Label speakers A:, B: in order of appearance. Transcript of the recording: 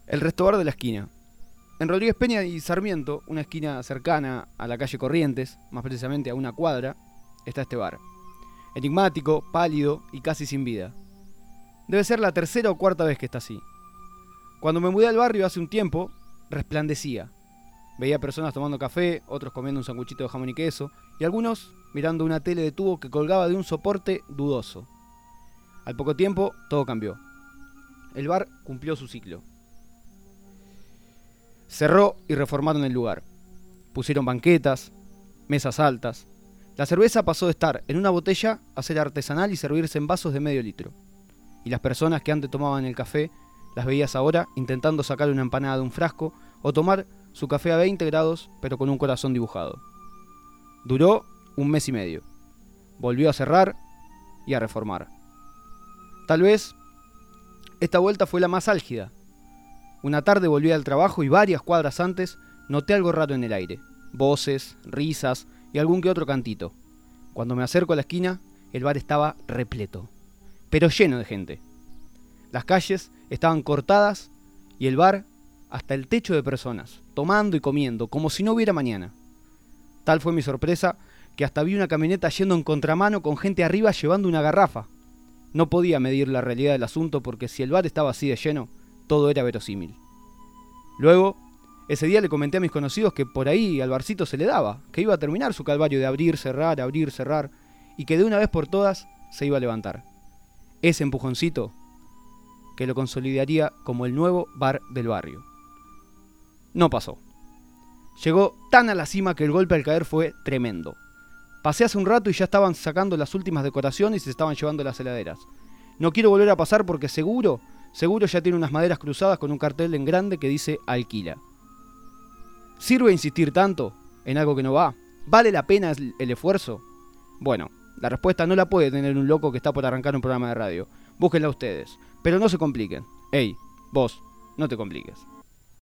A: El restobar de la esquina. En Rodríguez Peña y Sarmiento, una esquina cercana a la calle Corrientes, más precisamente a una cuadra, está este bar. Enigmático, pálido y casi sin vida. Debe ser la tercera o cuarta vez que está así. Cuando me mudé al barrio hace un tiempo, resplandecía. Veía personas tomando café, otros comiendo un sanguchito de jamón y queso, y algunos mirando una tele de tubo que colgaba de un soporte dudoso. Al poco tiempo, todo cambió. El bar cumplió su ciclo. Cerró y reformaron el lugar. Pusieron banquetas, mesas altas. La cerveza pasó de estar en una botella a ser artesanal y servirse en vasos de medio litro. Y las personas que antes tomaban el café, las veías ahora intentando sacar una empanada de un frasco o tomar su café a 20 grados pero con un corazón dibujado. Duró 1 mes y medio. Volvió a cerrar y a reformar. Tal vez esta vuelta fue la más álgida. Una tarde volví al trabajo y varias cuadras antes noté algo raro en el aire. Voces, risas y algún que otro cantito. Cuando me acerco a la esquina, el bar estaba repleto, pero lleno de gente. Las calles estaban cortadas y el bar hasta el techo de personas, tomando y comiendo, como si no hubiera mañana. Tal fue mi sorpresa que hasta vi una camioneta yendo en contramano con gente arriba llevando una garrafa. No podía medir la realidad del asunto porque si el bar estaba así de lleno, todo era verosímil. Luego, ese día le comenté a mis conocidos que por ahí al barcito se le daba, que iba a terminar su calvario de abrir, cerrar, y que de una vez por todas se iba a levantar. Ese empujoncito que lo consolidaría como el nuevo bar del barrio. No pasó. Llegó tan a la cima que el golpe al caer fue tremendo. Pasé hace un rato y ya estaban sacando las últimas decoraciones y se estaban llevando las heladeras. No quiero volver a pasar porque seguro ya tiene unas maderas cruzadas con un cartel en grande que dice alquila. ¿Sirve insistir tanto en algo que no va? ¿Vale la pena el esfuerzo? Bueno, la respuesta no la puede tener un loco que está por arrancar un programa de radio. Búsquenla ustedes, pero no se compliquen. Ey, vos, no te compliques.